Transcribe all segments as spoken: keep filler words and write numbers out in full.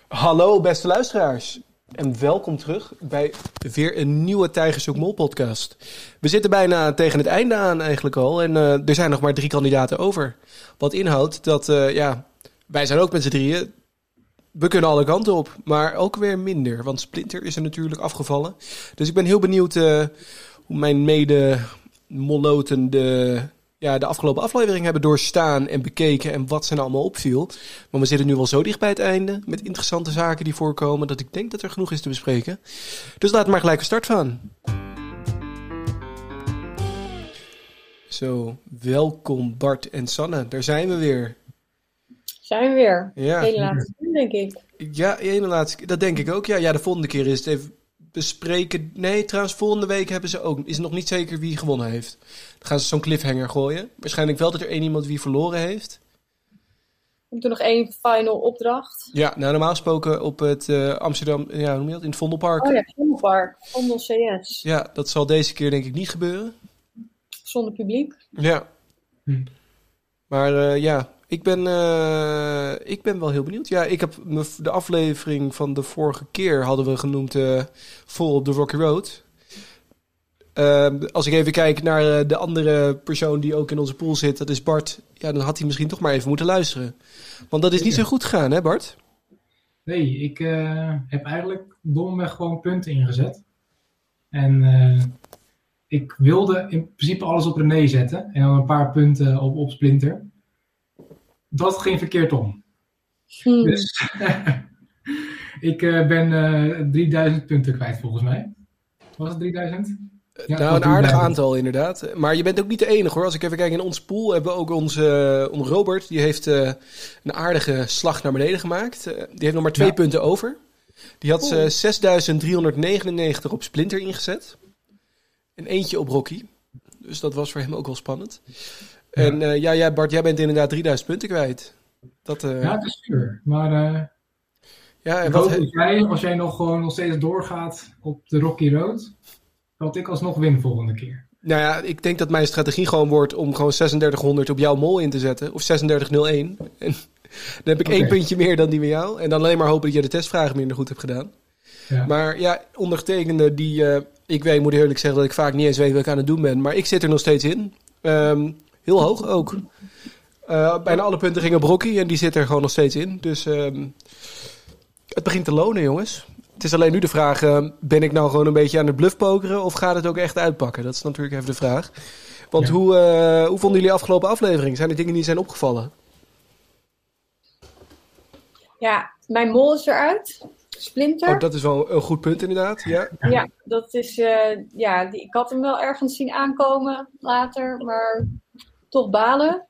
Hallo beste luisteraars en welkom terug bij weer een nieuwe Tijgers Zoekt Mol podcast. We zitten bijna tegen het einde aan eigenlijk al en uh, er zijn nog maar drie kandidaten over. Wat inhoudt dat, uh, ja, wij zijn ook met z'n drieën. We kunnen alle kanten op, maar ook weer minder, want Splinter is er natuurlijk afgevallen. Dus ik ben heel benieuwd uh, hoe mijn mede-molloten de... Ja, de afgelopen aflevering hebben doorstaan en bekeken en wat ze nou allemaal opviel. Maar we zitten nu al zo dicht bij het einde met interessante zaken die voorkomen dat ik denk dat er genoeg is te bespreken. Dus laten we maar gelijk een start van. Zo, welkom Bart en Sanne. Daar zijn we weer. Zijn we weer. Ja. Hele laatste keer, denk ik. Ja, ene laatste, dat denk ik ook. Ja, ja, de volgende keer is het even bespreken. Nee, trouwens, volgende week hebben ze ook. Is het nog niet zeker wie gewonnen heeft. Dan gaan ze zo'n cliffhanger gooien. Waarschijnlijk wel dat er één iemand wie verloren heeft. Komt er nog één final opdracht? Ja, nou normaal gesproken op het uh, Amsterdam, ja, hoe noem je dat? In het Vondelpark. Oh ja, Vondelpark. Vondel C S. Ja, dat zal deze keer denk ik niet gebeuren. Zonder publiek. Ja. Hm. Maar uh, ja, ik ben, uh, ik ben wel heel benieuwd. Ja, ik heb de aflevering van de vorige keer hadden we genoemd uh, Vol op de Rocky Road. Uh, als ik even kijk naar uh, de andere persoon die ook in onze pool zit, dat is Bart. Ja, dan had hij misschien toch maar even moeten luisteren. Want dat is niet zo goed gegaan, hè Bart? Nee, ik uh, heb eigenlijk domweg gewoon punten ingezet. En uh, ik wilde in principe alles op René zetten. En dan een paar punten op, op Splinter. Dat ging verkeerd om. Hmm. Dus ik uh, ben uh, drieduizend punten kwijt volgens mij. Was het drieduizend? Ja, nou, een aardig aantal inderdaad. Maar je bent ook niet de enige hoor. Als ik even kijk in ons pool, hebben we ook onze, uh, onze Robert. Die heeft uh, een aardige slag naar beneden gemaakt. Uh, die heeft nog maar twee ja. punten over. Die had uh, zesduizend driehonderdnegenennegentig op Splinter ingezet. En eentje op Rocky. Dus dat was voor hem ook wel spannend. Ja. En uh, ja, ja, Bart, jij bent inderdaad drieduizend punten kwijt. Dat, uh... Ja, dat is zuur. Maar uh, ja, en wat he- jij, als jij nog gewoon nog steeds doorgaat op de Rocky Road, dat ik alsnog win volgende keer. Nou ja, ik denk dat mijn strategie gewoon wordt om gewoon zesendertighonderd op jouw mol in te zetten. Of zesendertig nul één. En dan heb ik okay. één puntje meer dan die bij jou. En dan alleen maar hopen dat je de testvragen minder goed hebt gedaan. Ja. Maar ja, ondergetekende die... Uh, ik weet, moet eerlijk zeggen dat ik vaak niet eens weet wat ik aan het doen ben. Maar ik zit er nog steeds in. Um, heel hoog ook. Uh, bijna alle punten gingen op Rocky en die zit er gewoon nog steeds in. Dus um, het begint te lonen, jongens. Het is alleen nu de vraag, uh, ben ik nou gewoon een beetje aan het bluffpokeren of gaat het ook echt uitpakken? Dat is natuurlijk even de vraag. Want ja. hoe, uh, hoe vonden jullie afgelopen aflevering? Zijn er dingen die zijn opgevallen? Ja, mijn mol is eruit. Splinter. Oh, dat is wel een goed punt inderdaad. Ja, ja dat is, uh, ja die, ik had hem wel ergens zien aankomen later, maar toch balen.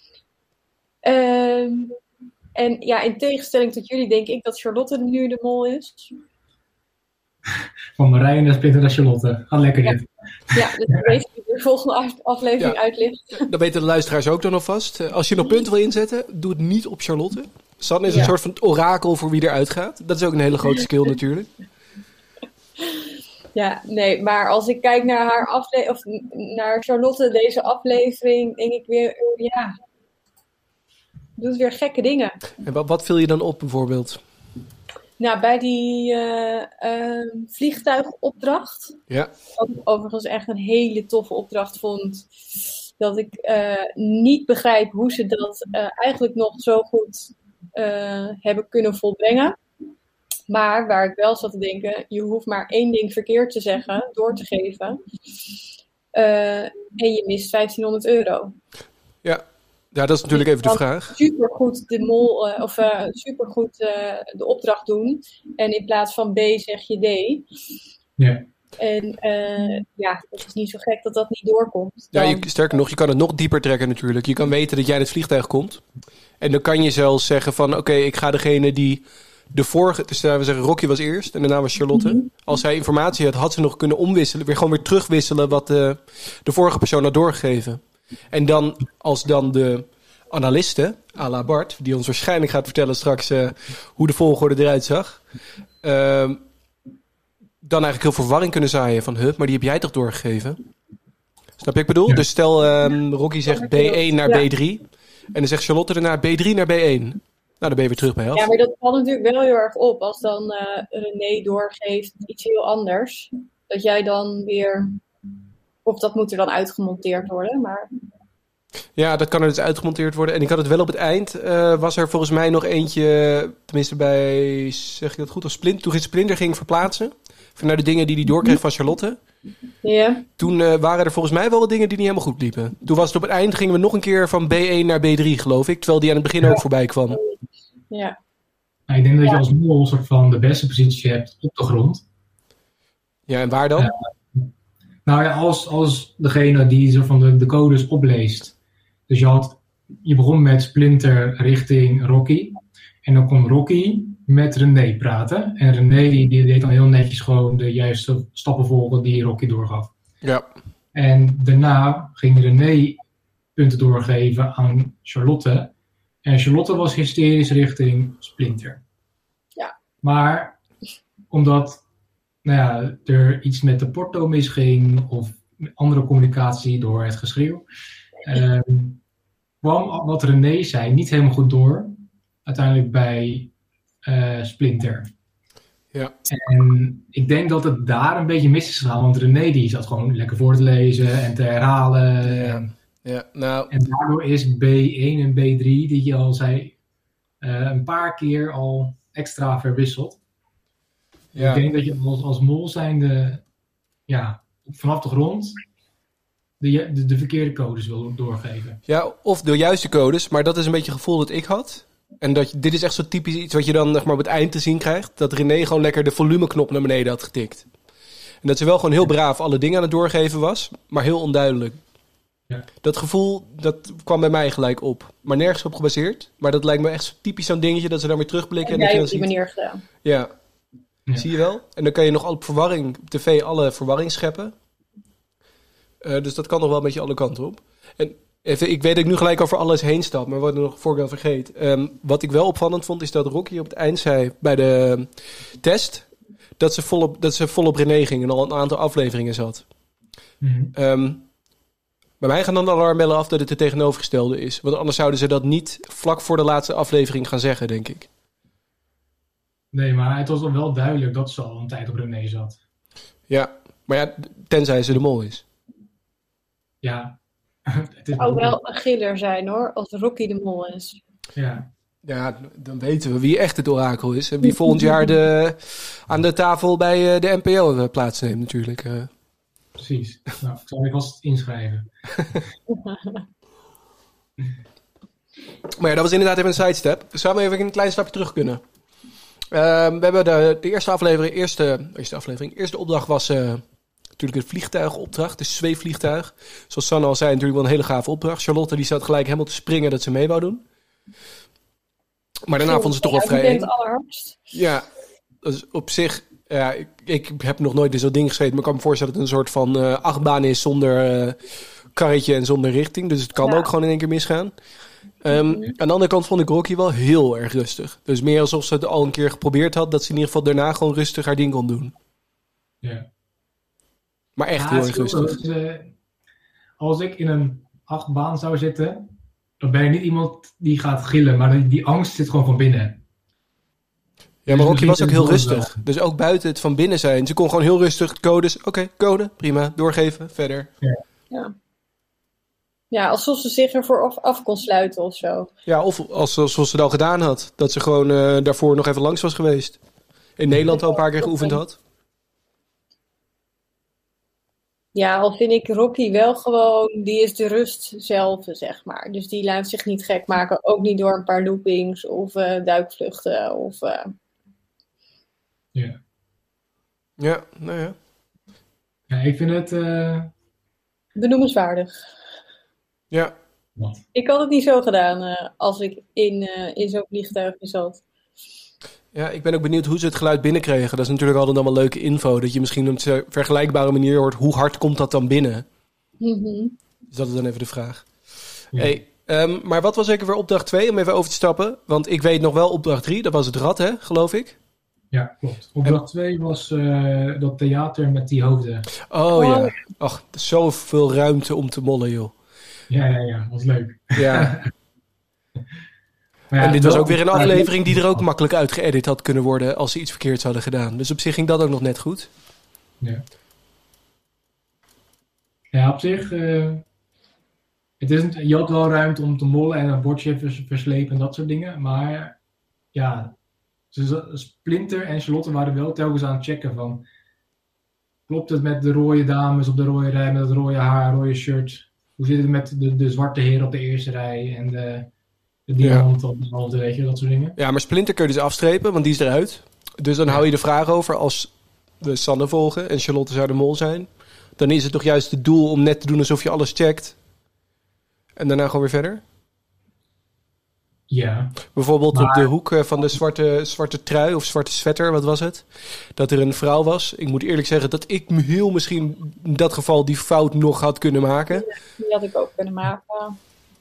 Uh, en ja, in tegenstelling tot jullie denk ik dat Charlotte nu de mol is. Van Marije naar Splinter naar Charlotte. Gaat lekker dit. Ja, ja dus dan weet je de volgende aflevering ja. uitlicht. Dat weten de luisteraars ook dan alvast. Als je nog punten wil inzetten, doe het niet op Charlotte. Sanne is ja. een soort van orakel voor wie eruit gaat. Dat is ook een hele grote skill natuurlijk. Ja, nee, maar als ik kijk naar haar afle- of naar Charlotte deze aflevering, denk ik weer, ja, doet weer gekke dingen. En wat, wat viel je dan op bijvoorbeeld? Nou, bij die uh, uh, vliegtuigopdracht, ja. wat ik overigens echt een hele toffe opdracht vond, dat ik uh, niet begrijp hoe ze dat uh, eigenlijk nog zo goed uh, hebben kunnen volbrengen. Maar waar ik wel zat te denken, je hoeft maar één ding verkeerd te zeggen, door te geven. Uh, en je mist vijftienhonderd euro. Ja, ja dat is natuurlijk even de vraag. Supergoed de mol, uh, of uh, supergoed uh, de opdracht doen. En in plaats van B zeg je D. Ja. En uh, ja, het is niet zo gek dat dat niet doorkomt. Dan... Ja, je, sterker nog, je kan het nog dieper trekken natuurlijk. Je kan weten dat jij in het vliegtuig komt. En dan kan je zelfs zeggen van, oké, okay, ik ga degene die de vorige... Dus we zeggen, Rocky was eerst en daarna was Charlotte. Mm-hmm. Als zij informatie had, had ze nog kunnen omwisselen. Weer gewoon weer terugwisselen wat de, de vorige persoon had doorgegeven. En dan, als dan de analisten, à la Bart, die ons waarschijnlijk gaat vertellen straks uh, hoe de volgorde eruit zag... Uh, dan eigenlijk heel veel verwarring kunnen zaaien van, huh, maar die heb jij toch doorgegeven? Snap je ik bedoel? Ja. Dus stel, um, Rocky zegt B één naar ja. B drie. En dan zegt Charlotte daarna B drie naar B één. dan ben je weer terug bij helft. Ja, maar dat valt natuurlijk wel heel erg op. Als dan uh, René doorgeeft iets heel anders. Dat jij dan weer... Of dat moet er dan uitgemonteerd worden, maar... Ja, dat kan er dus uitgemonteerd worden. En ik had het wel op het eind. Uh, was er volgens mij nog eentje... Tenminste bij... Zeg je dat goed? Of Splint, toen Splinter ging verplaatsen. Naar de dingen die hij doorkreeg van Charlotte. Ja. Toen uh, waren er volgens mij wel wat dingen die niet helemaal goed liepen. Toen was het op het eind, gingen we nog een keer van B één naar B drie, geloof ik. Terwijl die aan het begin ja. ook voorbij kwam. Ja. Nou, ik denk dat ja. je als mol soort van de beste positie hebt op de grond. Ja, en waar dan? Uh, nou ja, als, als degene die zo van de, de codes opleest. Dus je, had, je begon met Splinter richting Rocky. En dan kon Rocky met René praten. En René die deed dan heel netjes gewoon de juiste stappen volgen die Rocky doorgaf. Ja. En daarna ging René punten doorgeven aan Charlotte. En Charlotte was hysterisch richting Splinter. Ja. Maar omdat nou ja, er iets met de porto misging of andere communicatie door het geschreeuw, eh, kwam wat René zei niet helemaal goed door. Uiteindelijk bij uh, Splinter. Ja. En ik denk dat het daar een beetje mis is gegaan. Want René die zat gewoon lekker voor te lezen en te herhalen. Ja. En, ja, nou... en daardoor is B één en B drie, die je al zei, uh, een paar keer al extra verwisseld. Ja. Ik denk dat je als, als mol zijnde, ja, vanaf de grond de, de, de verkeerde codes wil doorgeven. Ja, of de juiste codes. Maar dat is een beetje het gevoel dat ik had. En dat je, dit is echt zo typisch iets wat je dan zeg maar, op het eind te zien krijgt. Dat René gewoon lekker de volumeknop naar beneden had getikt. En dat ze wel gewoon heel braaf alle dingen aan het doorgeven was. Maar heel onduidelijk. Ja. Dat gevoel, dat kwam bij mij gelijk op. Maar nergens op gebaseerd. Maar dat lijkt me echt typisch zo'n dingetje dat ze dan weer terugblikken. En jij jij op die manier gedaan. Ja. ja, zie je wel. En dan kan je nog op verwarring, op tv alle verwarring scheppen. Uh, dus dat kan nog wel een beetje alle kanten op. En even, ik weet dat ik nu gelijk over alles heen stap, maar wat ik nog voor ik vergeet. Um, wat ik wel opvallend vond, is dat Rocky op het eind zei bij de test dat ze volop, dat ze volop René ging en al een aantal afleveringen zat. Mm-hmm. Um, bij mij gaan dan de alarmbellen af dat het het tegenovergestelde is. Want anders zouden ze dat niet vlak voor de laatste aflevering gaan zeggen, denk ik. Nee, maar het was wel duidelijk dat ze al een tijd op René zat. Ja, maar ja, tenzij ze de mol is. Ja. Het zou wel een giller zijn hoor, als Rocky de mol is. Ja. Ja, dan weten we wie echt het orakel is. En wie volgend jaar de, aan de tafel bij de N P O plaatsneemt natuurlijk. Precies. Nou, ik zal ik vast inschrijven. Maar ja, dat was inderdaad even een sidestep. Zouden we even een klein stapje terug kunnen? Uh, we hebben de, de eerste aflevering, eerste, eerste aflevering, eerste opdracht was uh, natuurlijk het vliegtuigopdracht, de zweefvliegtuig. Zoals Sanne al zei, natuurlijk wel een hele gave opdracht. Charlotte die zat gelijk helemaal te springen dat ze mee wou doen. Maar daarna vond ze het toch wel vrij eng. Ja, dus op zich, ja, ik, ik heb nog nooit in zo'n ding gezeten, maar ik kan me voorstellen dat het een soort van uh, achtbaan is zonder uh, karretje en zonder richting. Dus het kan ja. ook gewoon in één keer misgaan. Um, mm-hmm. Aan de andere kant vond ik Rocky wel heel erg rustig. Dus meer alsof ze het al een keer geprobeerd had, dat ze in ieder geval daarna gewoon rustig haar ding kon doen. Ja. Maar echt ja, heel erg rustig. Dus, uh, als ik in een achtbaan zou zitten, dan ben je niet iemand die gaat gillen, maar die, die angst zit gewoon van binnen. Ja, maar Rocky was ook heel rustig. Dus ook buiten het van binnen zijn. Ze kon gewoon heel rustig codes. Oké, okay, code, prima, doorgeven, verder. Ja. ja. Ja, alsof ze zich ervoor af, af kon sluiten of zo. Ja, of als, zoals ze het al gedaan had. Dat ze gewoon uh, daarvoor nog even langs was geweest. In Nederland al een paar keer geoefend had. Ja, al vind ik Rocky wel gewoon, die is de rust zelf, zeg maar. Dus die laat zich niet gek maken. Ook niet door een paar loopings of uh, duikvluchten. Of, uh... Ja. Ja, nou ja. Ja, ik vind het... Uh... benoemenswaardig. Ja. Wat? Ik had het niet zo gedaan uh, als ik in, uh, in zo'n vliegtuigje zat. Ja, ik ben ook benieuwd hoe ze het geluid binnenkregen. Dat is natuurlijk altijd allemaal leuke info. Dat je misschien op een vergelijkbare manier hoort. Hoe hard komt dat dan binnen? Mm-hmm. Dus dat is dan even de vraag. Ja. Hey, um, maar wat was zeker weer opdracht twee? Om even over te stappen. Want ik weet nog wel opdracht drie. Dat was het rad, hè? Geloof ik. Ja, klopt. Opdracht twee en... was uh, dat theater met die hoofden. Oh, oh. ja. Ach, zoveel ruimte om te mollen, joh. Ja, ja, ja. Was leuk. Ja. Ja, en dit was ook weer een maar, aflevering die er ook makkelijk uit geëdit had kunnen worden als ze iets verkeerds hadden gedaan. Dus op zich ging dat ook nog net goed. Ja, ja op zich... Uh, het is een, je had wel ruimte om te mollen en een bordje vers, verslepen en dat soort dingen. Maar ja, Splinter en Charlotte waren wel telkens aan het checken van... Klopt het met de rode dames op de rode rij met het rode haar, rode shirt? Hoe zit het met de, de zwarte heren op de eerste rij en de, de diamant op de halve, weet je, dat soort dingen? Ja, maar Splinter kun je dus afstrepen, want die is eruit. Dus dan ja. hou je de vraag over als we Sanne volgen en Charlotte zou de mol zijn. Dan is het toch juist het doel om net te doen alsof je alles checkt. En daarna gewoon weer verder? Ja. Bijvoorbeeld maar... op de hoek van de zwarte, zwarte trui of zwarte sweater, wat was het? Dat er een vrouw was. Ik moet eerlijk zeggen dat ik heel misschien in dat geval die fout nog had kunnen maken. Ja, die had ik ook kunnen maken.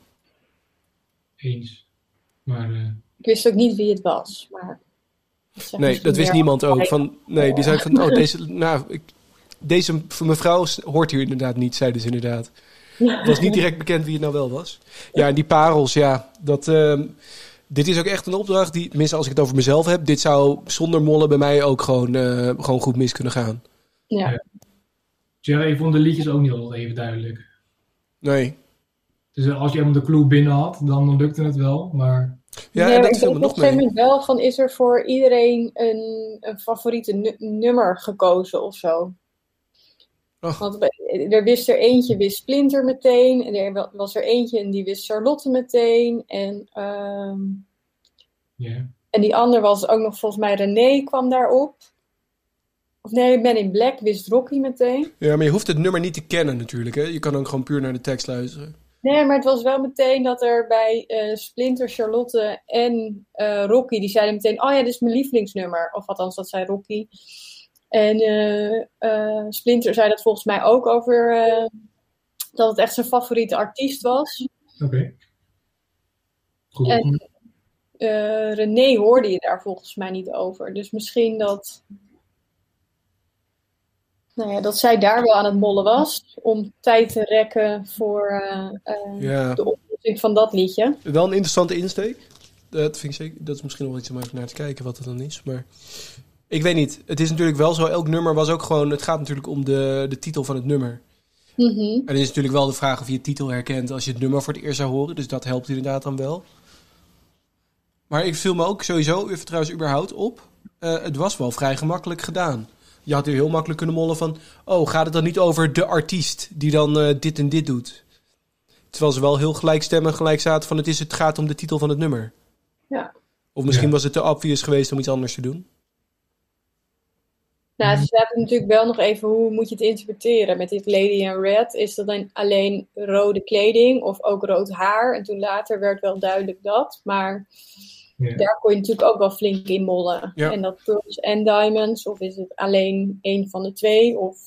Eens. Maar... Uh... Ik wist ook niet wie het was, maar... Nee, dat wist niemand ook. Van, nee, die zei van, oh, deze, nou, ik, deze mevrouw hoort hier inderdaad niet, zeiden ze inderdaad. Het was niet direct bekend wie het nou wel was. Ja, en die parels, ja, dat... Uh, dit is ook echt een opdracht die, tenminste als ik het over mezelf heb, dit zou zonder mollen bij mij ook gewoon, uh, gewoon goed mis kunnen gaan. Ja. ja. Jerry vond de liedjes ook niet altijd even duidelijk. Nee. Dus als je helemaal de clue binnen had, dan lukte het wel, maar... Ja, nee, en dat viel me nog mee. Ik denk wel van, is er voor iedereen een, een favoriete nu- nummer gekozen of zo? Oh. Want er wist er eentje, wist Splinter meteen. En er was er eentje en die wist Charlotte meteen. En, um, yeah. en die ander was ook nog volgens mij René kwam daarop. Of nee, Man in Black wist Rocky meteen. Ja, maar je hoeft het nummer niet te kennen natuurlijk. Hè? Je kan ook gewoon puur naar de tekst luisteren. Nee, maar het was wel meteen dat er bij uh, Splinter, Charlotte en uh, Rocky... die zeiden meteen, oh ja, dit is mijn lievelingsnummer. Of althans, dat zei Rocky. En uh, uh, Splinter zei dat volgens mij ook over... Uh, dat het echt zijn favoriete artiest was. Oké. Okay. Goed. En uh, René hoorde je daar volgens mij niet over. Dus misschien dat... Nou ja, dat zij daar wel aan het mollen was. Om tijd te rekken voor uh, uh, ja. de oplossing van dat liedje. Wel een interessante insteek. Dat vind ik zeker. Dat is misschien nog wel iets om even naar te kijken wat het dan is. Maar ik weet niet. Het is natuurlijk wel zo. Elk nummer was ook gewoon... Het gaat natuurlijk om de, de titel van het nummer. Mm-hmm. En dan is natuurlijk wel de vraag of je het titel herkent als je het nummer voor het eerst zou horen. Dus dat helpt inderdaad dan wel. Maar ik viel me ook sowieso, even trouwens überhaupt op. Uh, het was wel vrij gemakkelijk gedaan. Je had hier heel makkelijk kunnen mollen van... oh, gaat het dan niet over de artiest die dan uh, dit en dit doet? Terwijl ze wel heel gelijkstemmig gelijk zaten van... Het, is, het gaat om de titel van het nummer. Ja. Of misschien ja. was het te obvious geweest om iets anders te doen. Nou, ze zaten natuurlijk wel nog even... hoe moet je het interpreteren met dit Lady in Red? Is dat dan alleen rode kleding of ook rood haar? En toen later werd wel duidelijk dat. Maar... Ja. Daar kon je natuurlijk ook wel flink in mollen. Ja. En dat Pearls en Diamonds, of is het alleen één van de twee? Of...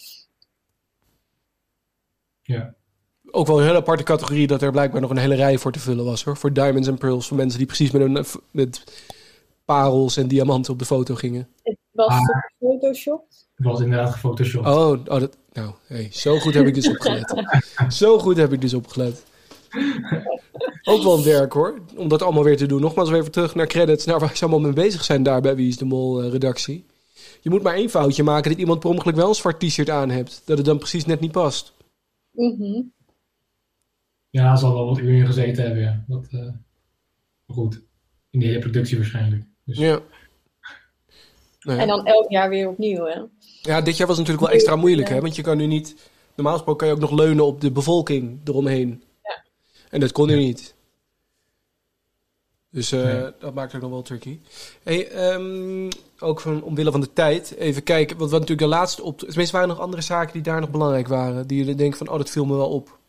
Ja. Ook wel een hele aparte categorie dat er blijkbaar nog een hele rij voor te vullen was, hoor. Voor Diamonds en Pearls, voor mensen die precies met, een, met parels en diamanten op de foto gingen. Het was ah. gefotoshopt? Het was inderdaad gefotoshopt. Oh, oh dat, nou, hey, zo goed heb ik dus opgelet. Zo goed heb ik dus opgelet. Ook wel een werk, hoor. Om dat allemaal weer te doen. Nogmaals weer even terug naar credits. Naar waar ze allemaal mee bezig zijn daar bij Wie is de Mol uh, redactie. Je moet maar één foutje maken dat iemand per ongeluk wel een zwart t-shirt aan hebt. Dat het dan precies net niet past. Mm-hmm. Ja, zal wel wat uur in gezeten hebben, ja. Dat, uh, maar goed. In de hele productie waarschijnlijk. Dus... Ja. Nou ja. En dan elk jaar weer opnieuw, hè? Ja, dit jaar was natuurlijk wel extra moeilijk, hè. Want je kan nu niet... Normaal gesproken kan je ook nog leunen op de bevolking eromheen. Ja. En dat kon nu ja. niet. Dus uh, nee. dat maakt het nog wel tricky. Hey, um, ook van, omwille van de tijd, even kijken. Want wat natuurlijk de laatste op... Tenminste, waren er nog andere zaken die daar nog belangrijk waren? Die jullie denken van, oh, dat viel me wel op.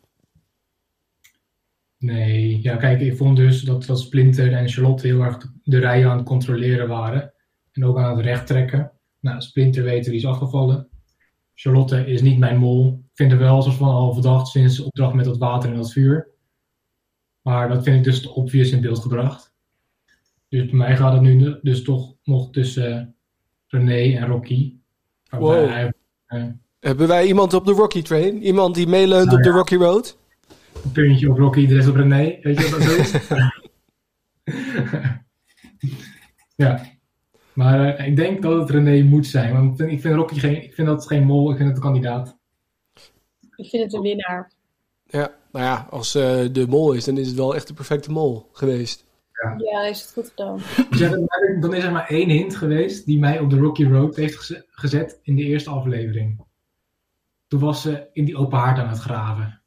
Nee, ja, kijk, ik vond dus dat, dat Splinter en Charlotte heel erg de rijen aan het controleren waren. En ook aan het recht trekken. Nou, Splinter weten die is afgevallen. Charlotte is niet mijn mol. Ik vind er wel een soort van al verdacht sinds de opdracht met dat water en dat vuur. Maar dat vind ik dus te obvious in beeld gebracht. Dus bij mij gaat het nu dus toch nog tussen uh, René en Rocky. Wow. Hij, uh, Hebben wij iemand op de Rocky train? Iemand die meeleunt nou, op ja. de Rocky Road? Een puntje op Rocky, de rest op René. Weet je wat dat is? Ja. Maar uh, ik denk dat het René moet zijn. Want ik vind Rocky geen, ik vind dat geen mol, ik vind het een kandidaat. Ik vind het een winnaar. Ja, nou ja, als uh, de mol is, dan is het wel echt de perfecte mol geweest. Ja, ja is het goed gedaan. Dus dan is er maar één hint geweest die mij op de Rocky Road heeft geze- gezet in de eerste aflevering. Toen was ze in die open haard aan het graven.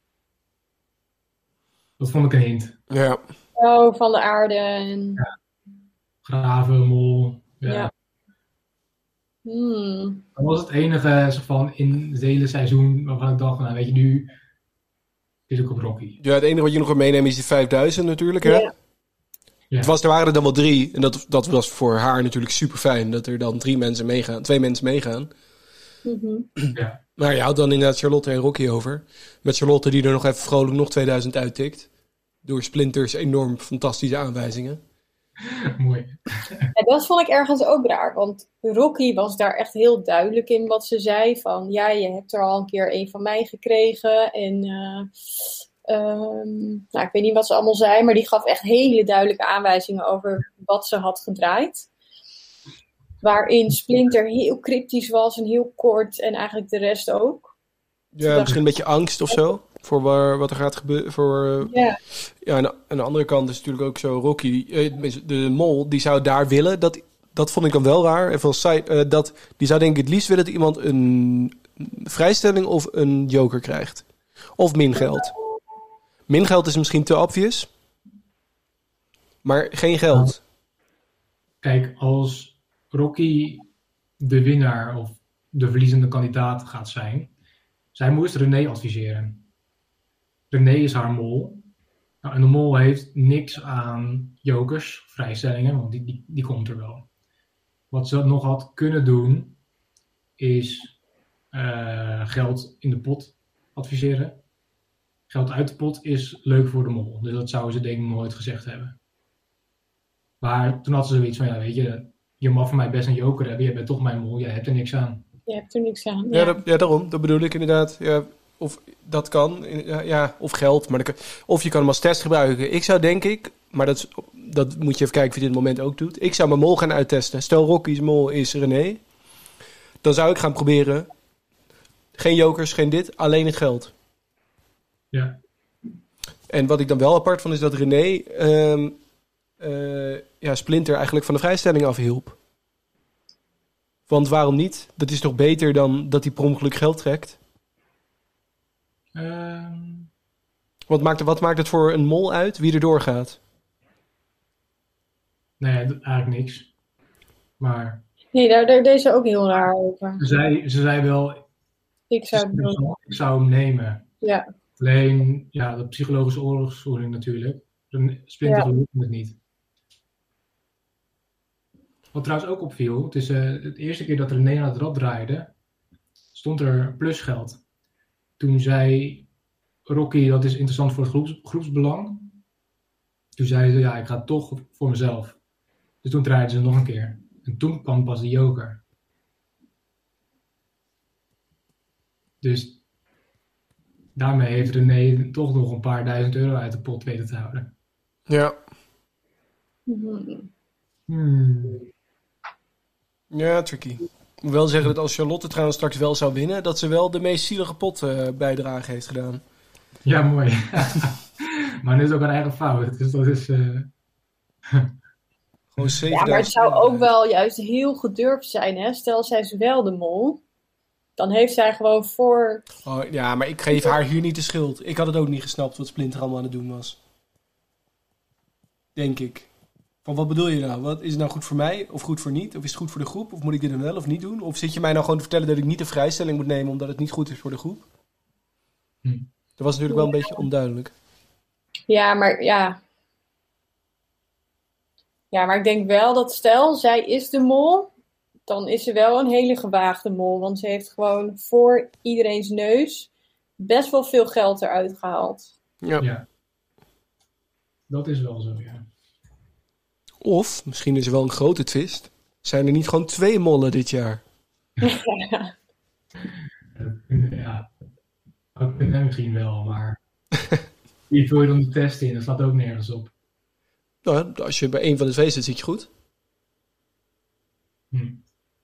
Dat vond ik een hint. Ja. Oh, van de aarde en... Ja. Graven, mol. Ja. ja. Hmm. Dat was het enige zo van in het hele seizoen waarvan ik dacht, nou weet je, nu is ook op Rocky. Ja, het enige wat je nog kan meenemen is die vijfduizend natuurlijk, hè? Ja. Ja. Het was, er waren er dan wel drie. En dat, dat was voor haar natuurlijk super fijn. Dat er dan drie mensen meegaan. Twee mensen meegaan. Mm-hmm. Ja. Maar je houdt dan inderdaad Charlotte en Rocky over. Met Charlotte die er nog even vrolijk nog tweeduizend uittikt. Door Splinters enorm fantastische aanwijzingen. Mooi. En dat vond ik ergens ook raar. Want Rocky was daar echt heel duidelijk in wat ze zei. Van ja, je hebt er al een keer een van mij gekregen. En uh, um, nou, ik weet niet wat ze allemaal zei. Maar die gaf echt hele duidelijke aanwijzingen over wat ze had gedraaid. Waarin Splinter heel cryptisch was en heel kort. En eigenlijk de rest ook. Ja, dacht... misschien een beetje angst of zo. Voor waar, wat er gaat gebeuren. Voor, uh, ja. Ja, en aan de andere kant is natuurlijk ook zo Rocky. Uh, de mol, die zou daar willen. Dat, dat vond ik dan wel raar. Even als side, uh, dat, die zou denk ik het liefst willen dat iemand een vrijstelling of een joker krijgt. Of min geld. Min geld is misschien te obvious. Maar geen geld. Kijk, als Rocky de winnaar of de verliezende kandidaat gaat zijn. Zij moest René adviseren. René is haar mol. Nou, en de mol heeft niks aan jokers, vrijstellingen, want die, die, die komt er wel. Wat ze nog had kunnen doen, is uh, geld in de pot adviseren. Geld uit de pot is leuk voor de mol. Dus dat zouden ze denk ik nooit gezegd hebben. Maar toen had ze zoiets van, ja weet je, je mag van mij best een joker hebben. Jij bent toch mijn mol, jij hebt er niks aan. Je hebt er niks aan. Ja, ja, dat, ja daarom. Dat bedoel ik inderdaad. Ja, of dat kan. Ja, of geld. Maar kan, of je kan hem als test gebruiken. Ik zou denk ik, maar dat, is, dat moet je even kijken of je dit moment ook doet. Ik zou mijn mol gaan uittesten. Stel Rocky's mol is René. Dan zou ik gaan proberen. Geen jokers, geen dit. Alleen het geld. Ja. En wat ik dan wel apart vond is dat René um, uh, ja, Splinter eigenlijk van de vrijstelling afhielp. Want waarom niet? Dat is toch beter dan dat hij per ongeluk geld trekt? Um... Wat, maakt, wat maakt het voor een mol uit wie er doorgaat? Nee, eigenlijk niks. Maar... Nee, daar, daar deed ze ook heel raar over. Ze zei, ze zei wel... Ik zou, het doen. ik zou hem nemen. Ja. Alleen, ja, de psychologische oorlogsvoering natuurlijk. Splinter ja. gelooft het niet. Wat trouwens ook opviel, het is uh, de eerste keer dat René aan het rad draaide, stond er plusgeld. Toen zei Rocky, dat is interessant voor het groeps, groepsbelang. Toen zei ze, ja, ik ga toch voor mezelf. Dus toen draaiden ze nog een keer. En toen kwam pas de joker. Dus daarmee heeft René toch nog een paar duizend euro uit de pot weten te houden. Ja. Mm-hmm. Hmm. Ja, tricky. Ik moet wel zeggen dat als Charlotte trouwens straks wel zou winnen, dat ze wel de meest zielige pot uh, bijdrage heeft gedaan. Ja, mooi. Maar dit is ook een eigen fout. Dus dat is... Uh... Gewoon ja, maar het zou ook wel juist heel gedurfd zijn, hè? Stel, zij is wel de mol. Dan heeft zij gewoon voor... Oh, ja, maar ik geef haar hier niet de schuld. Ik had het ook niet gesnapt wat Splinter allemaal aan het doen was. Denk ik. Van wat bedoel je nou? Wat, is het nou goed voor mij of goed voor niet? Of is het goed voor de groep? Of moet ik dit dan wel of niet doen? Of zit je mij nou gewoon te vertellen dat ik niet een vrijstelling moet nemen omdat het niet goed is voor de groep? Hm. Dat was natuurlijk wel een beetje onduidelijk. Ja, maar ja... Ja, maar ik denk wel dat stel, zij is de mol... Dan is ze wel een hele gewaagde mol. Want ze heeft gewoon voor iedereen's neus best wel veel geld eruit gehaald. Ja. ja. Dat is wel zo, ja. Of, misschien is er wel een grote twist. Zijn er niet gewoon twee mollen dit jaar? Ja. Ja. Dat kunnen misschien wel, maar... Wie vul je dan de test in? Dat staat ook nergens op. Nou, als je bij één van de twee zit, zit je goed. Hm.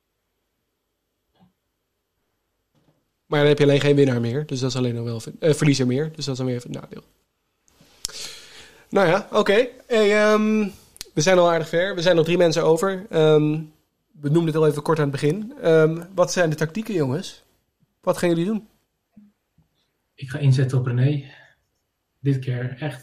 Maar dan heb je alleen geen winnaar meer. Dus dat is alleen nog wel... Uh, verliezer meer. Dus dat is dan weer even een nadeel. Nou ja, oké. Okay. Hey, um, we zijn al aardig ver. We zijn nog drie mensen over. Um, we noemden het al even kort aan het begin. Um, wat zijn de tactieken, jongens? Wat gaan jullie doen? Ik ga inzetten op René. Dit keer, echt.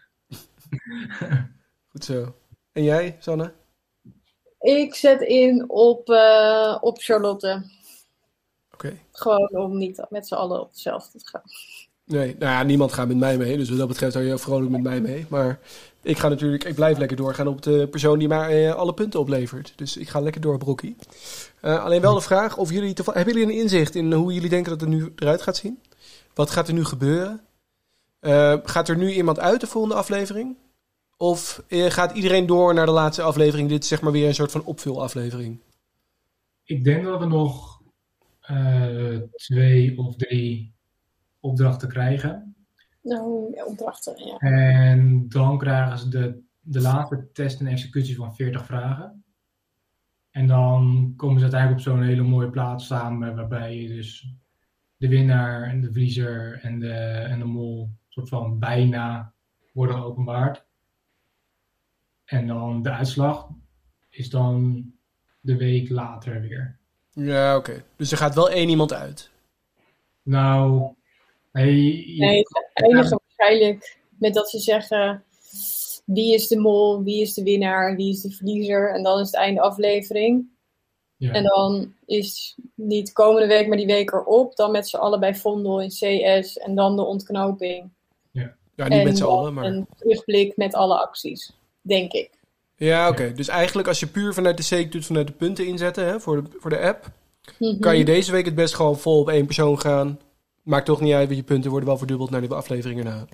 Goed zo. En jij, Sanne? Ik zet in op, uh, op Charlotte. Oké. Okay. Gewoon om niet met z'n allen op hetzelfde te gaan. Nee, nou ja, niemand gaat met mij mee. Dus wat dat betreft hou je vrolijk met mij mee. Maar ik ga natuurlijk, ik blijf lekker doorgaan op de persoon die mij uh, alle punten oplevert. Dus ik ga lekker door, Brokkie. Uh, alleen wel de vraag of jullie, te, hebben jullie een inzicht in hoe jullie denken dat het er nu eruit gaat zien? Wat gaat er nu gebeuren? Uh, gaat er nu iemand uit de volgende aflevering? Of uh, gaat iedereen door naar de laatste aflevering? Dit is zeg maar weer een soort van opvulaflevering. Ik denk dat we nog uh, twee of drie opdrachten krijgen. Nou, ja, opdrachten, ja. En dan krijgen ze de, de laatste test en executie van veertig vragen. En dan komen ze uiteindelijk op zo'n hele mooie plaats samen, waarbij je dus de winnaar en de verliezer en de, en de mol soort van bijna worden geopenbaard. En dan de uitslag is dan de week later weer. Ja, oké. Okay. Dus er gaat wel één iemand uit. Nou, nee. Je... Nee, het eindigen waarschijnlijk met dat ze zeggen wie is de mol, wie is de winnaar, wie is de verliezer. En dan is het einde aflevering. Ja. En dan is niet komende week, maar die week erop. Dan met z'n allen bij Vondel in C S en dan de ontknoping. Ja, ja niet en met z'n allen, maar... een terugblik met alle acties, denk ik. Ja, oké. Okay. Dus eigenlijk als je puur vanuit de C doet, vanuit de punten inzetten hè, voor, de, voor de app... Mm-hmm. Kan je deze week het best gewoon vol op één persoon gaan. Maakt toch niet uit, want je punten worden wel verdubbeld naar de afleveringen na.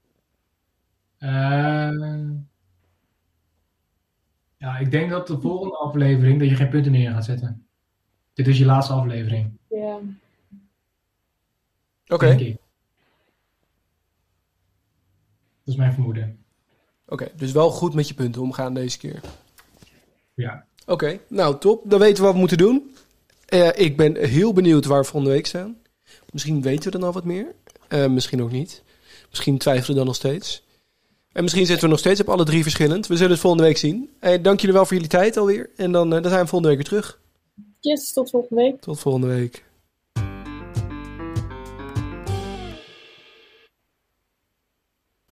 Uh, ja, ik denk dat de volgende aflevering dat je geen punten meer gaat zetten. Dit is je laatste aflevering. Ja. Oké. Okay. Dat is mijn vermoeden. Oké, okay, dus wel goed met je punten omgaan deze keer. Ja. Oké, okay, nou top. Dan weten we wat we moeten doen. Uh, ik ben heel benieuwd waar we volgende week staan. Misschien weten we dan al wat meer. Uh, misschien ook niet. Misschien twijfelen we dan nog steeds. En misschien zitten we nog steeds op alle drie verschillend. We zullen het volgende week zien. Uh, dank jullie wel voor jullie tijd alweer. En dan, uh, dan zijn we volgende week weer terug. Yes, tot volgende week. Tot volgende week.